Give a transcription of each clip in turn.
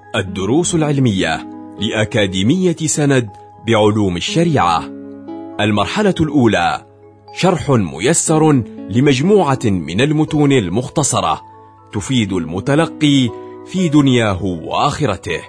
الدروس العلمية لأكاديمية سند بعلوم الشريعة. المرحلة الأولى: شرح ميسر لمجموعة من المتون المختصرة تفيد المتلقي في دنياه وآخرته.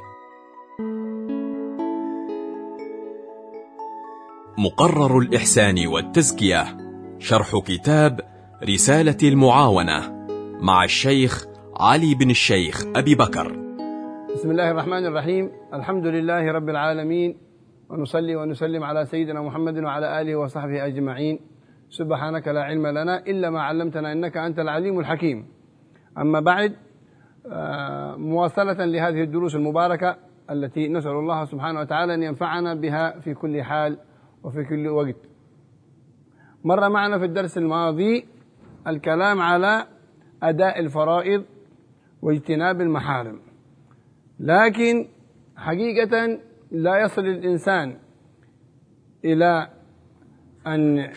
مقرر الإحسان والتزكية، شرح كتاب رسالة المعاونة مع الشيخ علي بن الشيخ أبي بكر. بسم الله الرحمن الرحيم. الحمد لله رب العالمين، ونصلي ونسلم على سيدنا محمد وعلى آله وصحبه أجمعين. سبحانك لا علم لنا إلا ما علمتنا إنك أنت العليم الحكيم. أما بعد، مواصلة لهذه الدروس المباركة التي نسأل الله سبحانه وتعالى أن ينفعنا بها في كل حال وفي كل وقت. مر معنا في الدرس الماضي الكلام على أداء الفرائض واجتناب المحارم، لكن حقيقة لا يصل الإنسان إلى أن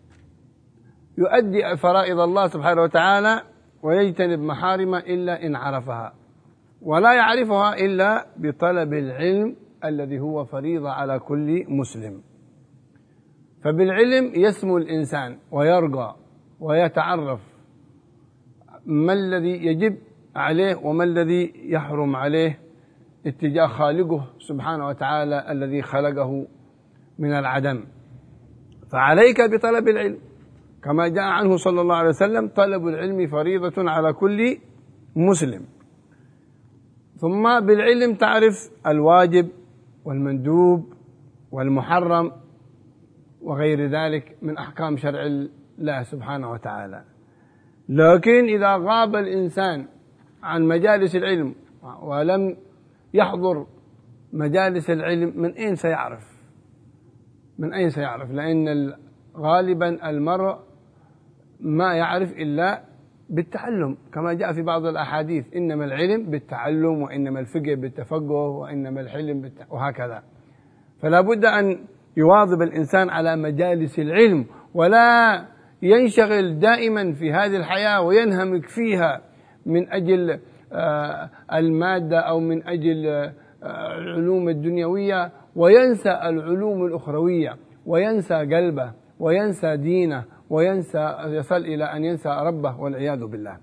يؤدي فرائض الله سبحانه وتعالى ويجتنب محارمه إلا إن عرفها، ولا يعرفها إلا بطلب العلم الذي هو فريضة على كل مسلم. فبالعلم يسمو الإنسان ويرقى ويتعرف ما الذي يجب عليه وما الذي يحرم عليه اتجاه خالقه سبحانه وتعالى الذي خلقه من العدم. فعليك بطلب العلم، كما جاء عنه صلى الله عليه وسلم: طلب العلم فريضة على كل مسلم. ثم بالعلم تعرف الواجب والمندوب والمحرم وغير ذلك من أحكام شرع الله سبحانه وتعالى. لكن إذا غاب الإنسان عن مجالس العلم ولم يحضر مجالس العلم، من أين سيعرف؟ من أين سيعرف؟ لأن غالبا المرء ما يعرف إلا بالتعلم، كما جاء في بعض الأحاديث: إنما العلم بالتعلم، وإنما الفقه بالتفقه، وإنما الحلم وهكذا. فلا بد أن يواظب الإنسان على مجالس العلم، ولا ينشغل دائما في هذه الحياة وينهمك فيها من أجل المادة أو من أجل العلوم الدنيوية، وينسى العلوم الأخروية، وينسى قلبه وينسى دينه يصل إلى أن ينسى ربه والعياذ بالله.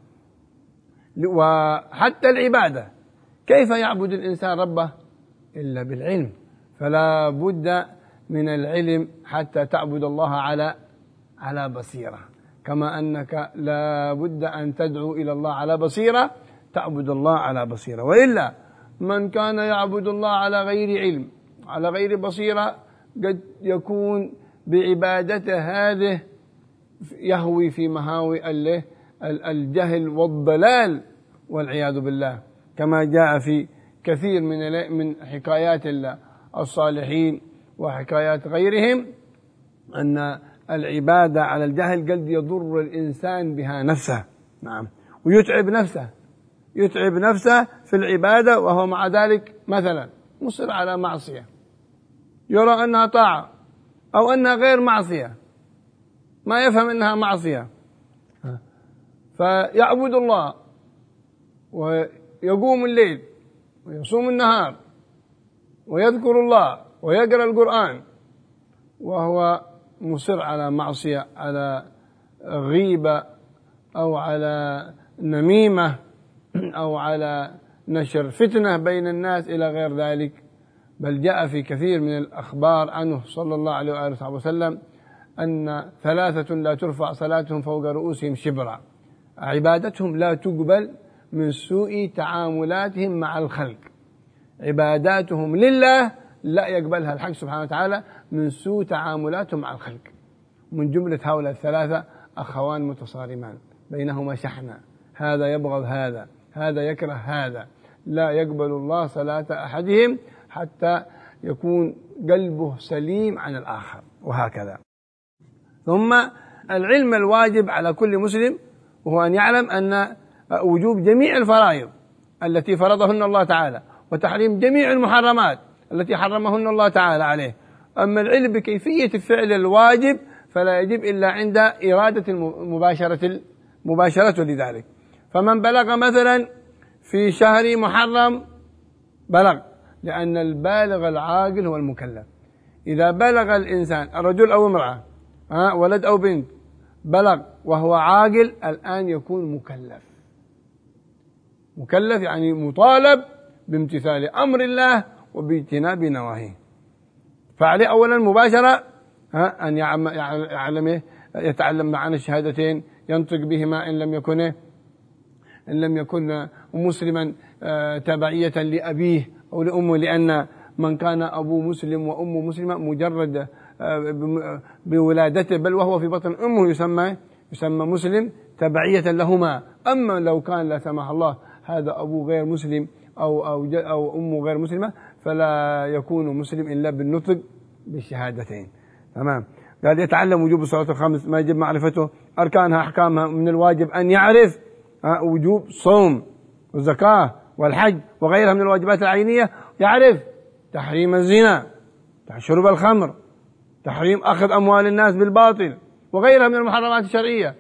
وحتى العبادة، كيف يعبد الإنسان ربه إلا بالعلم؟ فلا بد من العلم حتى تعبد الله على بصيرة، كما أنك لا بد أن تدعو إلى الله على بصيرة تعبد الله على بصيرة. وإلا من كان يعبد الله على غير علم على غير بصيرة قد يكون بعبادته هذه يهوي في مهاوي الجهل والضلال والعياذ بالله، كما جاء في كثير من حكايات الصالحين وحكايات غيرهم أن العبادة على الجهل قد يضر الإنسان بها نفسه. نعم، يتعب نفسه في العبادة، وهو مع ذلك مثلا مصر على معصية يرى أنها طاعة أو أنها غير معصية، ما يفهم أنها معصية، فيعبد الله ويقوم الليل ويصوم النهار ويذكر الله ويقرأ القرآن، وهو مصر على معصية، على غيبة أو على نميمة أو على نشر فتنة بين الناس إلى غير ذلك. بل جاء في كثير من الأخبار عنه صلى الله عليه وآله وسلم أن ثلاثة لا ترفع صلاتهم فوق رؤوسهم شبرا، عبادتهم لا تقبل من سوء تعاملاتهم مع الخلق. عباداتهم لله لا يقبلها الحق سبحانه وتعالى من سوء تعاملاتهم مع الخلق. من جملة هؤلاء الثلاثة أخوان متصارمان بينهما شحنة، هذا يبغض هذا يكره هذا، لا يقبل الله صلاة أحدهم حتى يكون قلبه سليم عن الآخر، وهكذا. ثم العلم الواجب على كل مسلم وهو أن يعلم أن وجوب جميع الفرائض التي فرضهن الله تعالى، وتحريم جميع المحرمات التي حرمهن الله تعالى عليه. أما العلم بكيفية فعل الواجب فلا يجب إلا عند إرادة مباشرة لذلك. فمن بلغ مثلا في شهر محرم بلغ، لأن البالغ العاقل هو المكلف. إذا بلغ الإنسان الرجل أو امرأة ولد أو بنت بلغ وهو عاقل الآن يكون مكلف. مكلف يعني مطالب بامتثال أمر الله وباجتناب نواهيه. فعليه أولا مباشرة أن يتعلم معنى الشهادتين، ينطق بهما إن لم يكن مسلما تبعية لأبيه أو لأمه، لأن من كان أبوه مسلم وأمه مسلمة مجرد بولادته بل وهو في بطن أمه يسمى مسلم تبعية لهما. أما لو كان لا سمح الله هذا أبوه غير مسلم أو أمه غير مسلمة فلا يكون مسلم إلا بالنطق بالشهادتين. تمام. قال يتعلم وجوب الصلاة الخمس ما يجب معرفته، أركانها أحكامها، من الواجب أن يعرف وجوب الصوم والزكاة والحج وغيرها من الواجبات العينية، يعرف تحريم الزنا، شرب الخمر، تحريم أخذ أموال الناس بالباطل وغيرها من المحرمات الشرعية.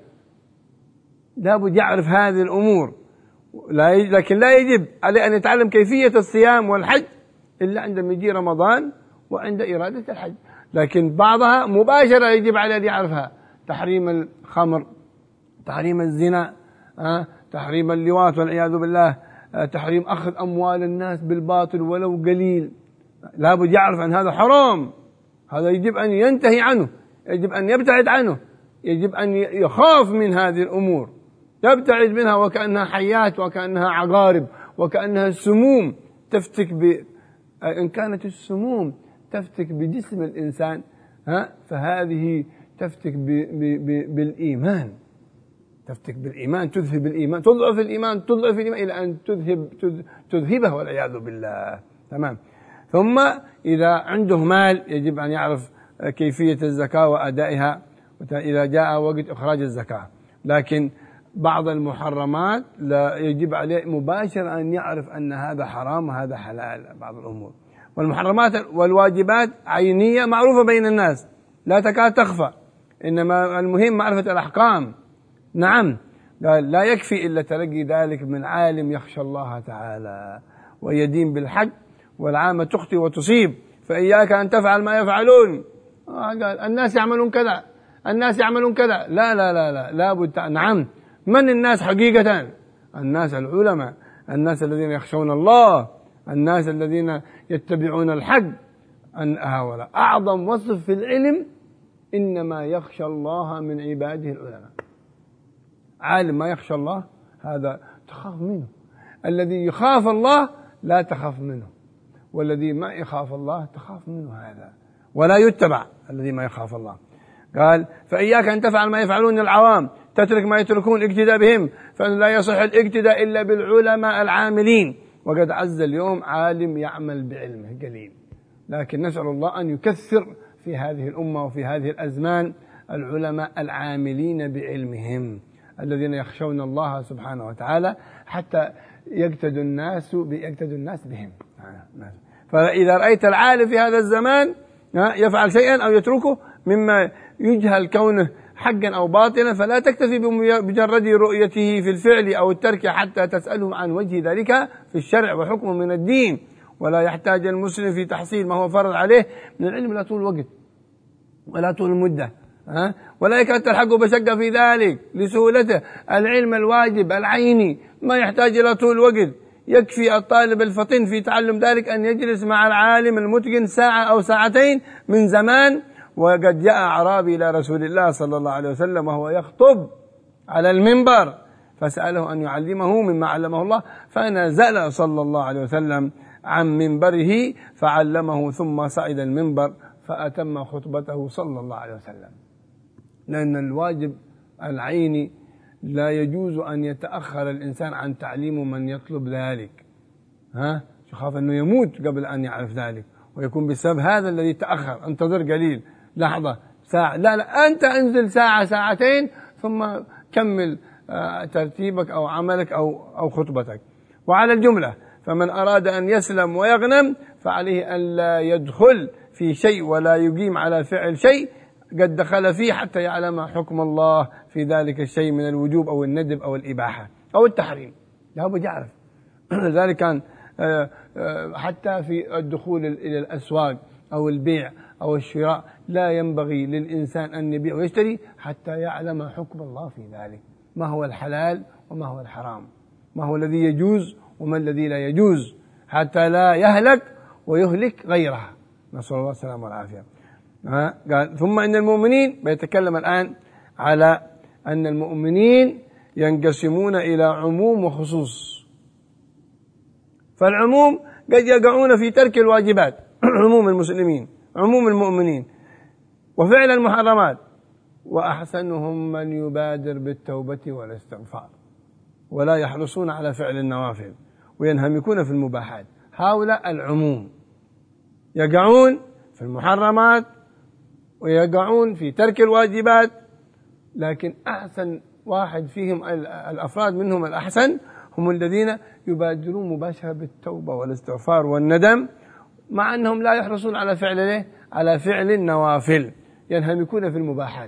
لابد يعرف هذه الأمور، لكن لا يجب عليه أن يتعلم كيفية الصيام والحج إلا عندما يجي رمضان وعند إرادة الحج، لكن بعضها مباشرة يجب عليه أن يعرفها: تحريم الخمر، تحريم الزنا، تحريم اللواط والعياذ بالله، تحريم أخذ أموال الناس بالباطل ولو قليل. لابد يعرف أن هذا حرام، هذا يجب أن ينتهي عنه، يجب أن يبتعد عنه، يجب أن يخاف من هذه الأمور، يبتعد منها وكأنها حيات وكأنها عقارب وكأنها السموم تفتك إن كانت السموم تفتك بجسم الإنسان فهذه تفتك بالإيمان، تفتك بالإيمان، تذهب الإيمان، تضعف الإيمان إلى أن تذهبه والعياذ بالله. تمام. ثم إذا عنده مال يجب أن يعرف كيفية الزكاة وأدائها إذا جاء وقت إخراج الزكاة، لكن بعض المحرمات لا يجب عليه مباشرة أن يعرف أن هذا حرام وهذا حلال. بعض الأمور والمحرمات والواجبات عينية معروفة بين الناس لا تكاد تخفى، إنما المهم معرفة الأحكام. نعم، لا يكفي إلا تلقي ذلك من عالم يخشى الله تعالى ويدين بالحق، والعامة تخطي وتصيب، فإياك أن تفعل ما يفعلون. قال الناس يعملون كذا، الناس يعملون كذا، لا لا لا لا، لابد. نعم، من الناس حقيقة؟ الناس العلماء، الناس الذين يخشون الله، الناس الذين يتبعون الحق. هؤلاء أعظم وصف في العلم، إنما يخشى الله من عباده العلماء. عالم ما يخشى الله هذا تخاف منه، الذي يخاف الله لا تخاف منه، والذي ما يخاف الله تخاف منه هذا ولا يتبع الذي ما يخاف الله. قال فإياك أن تفعل ما يفعلون العوام، تترك ما يتركون الاقتداء بهم، فلا يصح الاقتداء إلا بالعلماء العاملين. وقد عز اليوم عالم يعمل بعلمه قليل، لكن نسأل الله أن يكثر في هذه الأمة وفي هذه الأزمان العلماء العاملين بعلمهم الذين يخشون الله سبحانه وتعالى حتى يقتدوا الناس بهم. فإذا رأيت العالم في هذا الزمان يفعل شيئا أو يتركه مما يجهل كونه حقا أو باطلا، فلا تكتفي بمجرد رؤيته في الفعل أو الترك حتى تسأله عن وجه ذلك في الشرع وحكمه من الدين. ولا يحتاج المسلم في تحصيل ما هو فرض عليه من العلم لا طول الوقت ولا طول المدة، ولا يكاد تلحقه بشقة في ذلك لسهولته. العلم الواجب العيني ما يحتاج إلى طول الوقت، يكفي الطالب الفطن في تعلم ذلك أن يجلس مع العالم المتقن ساعة أو ساعتين من زمان. وقد جاء أعرابي إلى رسول الله صلى الله عليه وسلم وهو يخطب على المنبر فسأله أن يعلمه مما علمه الله، فنزل صلى الله عليه وسلم عن منبره فعلمه ثم صعد المنبر فأتم خطبته صلى الله عليه وسلم. لأن الواجب العيني لا يجوز أن يتأخر الإنسان عن تعليم من يطلب ذلك، يخاف أنه يموت قبل أن يعرف ذلك ويكون بسبب هذا الذي تأخر. انتظر قليل، لحظة، ساعة، لا أنت انزل ساعة ساعتين ثم كمل ترتيبك أو عملك أو خطبتك. وعلى الجملة فمن أراد أن يسلم ويغنم فعليه أن لا يدخل في شيء ولا يقيم على فعل شيء قد دخل فيه حتى يعلم حكم الله في ذلك الشيء من الوجوب أو الندب أو الإباحة أو التحريم. لا بد يعرف. لذلك كان حتى في الدخول إلى الأسواق أو البيع أو الشراء لا ينبغي للإنسان أن يبيع ويشتري حتى يعلم حكم الله في ذلك، ما هو الحلال وما هو الحرام، ما هو الذي يجوز وما الذي لا يجوز، حتى لا يهلك ويهلك غيره، نسأل الله السلامة والعافية. قال ثم إن المؤمنين، بيتكلم الآن على أن المؤمنين ينقسمون إلى عموم وخصوص. فالعموم قد يقعون في ترك الواجبات عموم المسلمين، عموم المؤمنين، وفعل المحرمات، وأحسنهم من يبادر بالتوبة والاستغفار ولا يحرصون على فعل النوافل وينهمكون في المباحات. هؤلاء العموم يقعون في المحرمات ويقعون في ترك الواجبات، لكن أحسن واحد فيهم، الأفراد منهم الأحسن، هم الذين يبادرون مباشرة بالتوبة والاستغفار والندم، مع أنهم لا يحرصون على فعل النوافل، ينهمكون في المباحات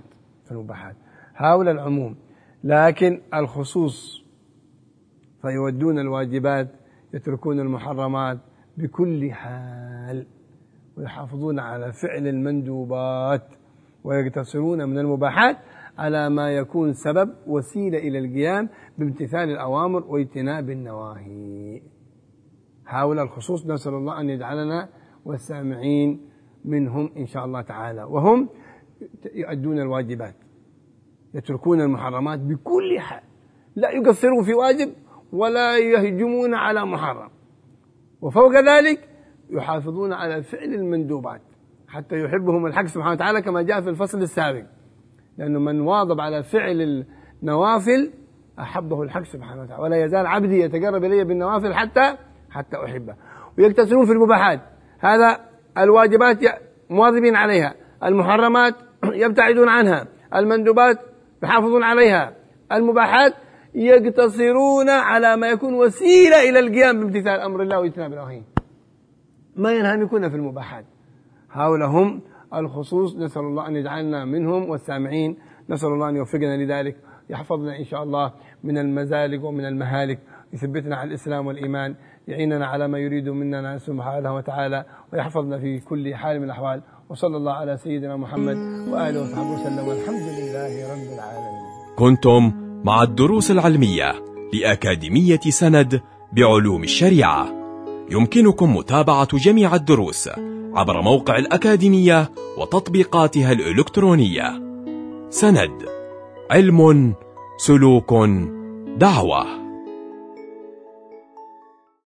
هؤلاء العموم. لكن الخصوص فيودون الواجبات، يتركون المحرمات بكل حال، ويحافظون على فعل المندوبات، ويقتصرون من المباحات على ما يكون سبب وسيلة إلى القيام بامتثال الأوامر واجتناب النواهي. هؤلاء الخصوص نسأل الله أن يجعلنا والسامعين منهم إن شاء الله تعالى، وهم يؤدون الواجبات، يتركون المحرمات بكل حال، لا يقصرون في واجب ولا يهجمون على محرم، وفوق ذلك يحافظون على فعل المندوبات حتى يحبهم الحق سبحانه وتعالى، كما جاء في الفصل السابق، لأنه من واظب على فعل النوافل أحبه الحق سبحانه وتعالى، ولا يزال عبدي يتقرب إلي بالنوافل حتى أحبه. ويقتصرون في المباحات، هذا الواجبات مواظبين عليها، المحرمات يبتعدون عنها، المندوبات يحافظون عليها، المباحات يقتصرون على ما يكون وسيلة إلى القيام بامتثال أمر الله واجتناب نواهيه، ما ينهمكون في المباحات. هؤلاء هم الخصوص، نسأل الله أن يجعلنا منهم والسامعين، نسأل الله أن يوفقنا لذلك، يحفظنا إن شاء الله من المزالق ومن المهالك، يثبتنا على الإسلام والإيمان، يعيننا على ما يريد مننا سبحانه وتعالى، ويحفظنا في كل حال من الأحوال. وصلى الله على سيدنا محمد وآله وصحبه وسلم، والحمد لله رب العالمين. كنتم مع الدروس العلمية لأكاديمية سند بعلوم الشريعة. يمكنكم متابعة جميع الدروس عبر موقع الأكاديمية وتطبيقاتها الإلكترونية. سند، علم، سلوك، دعوة.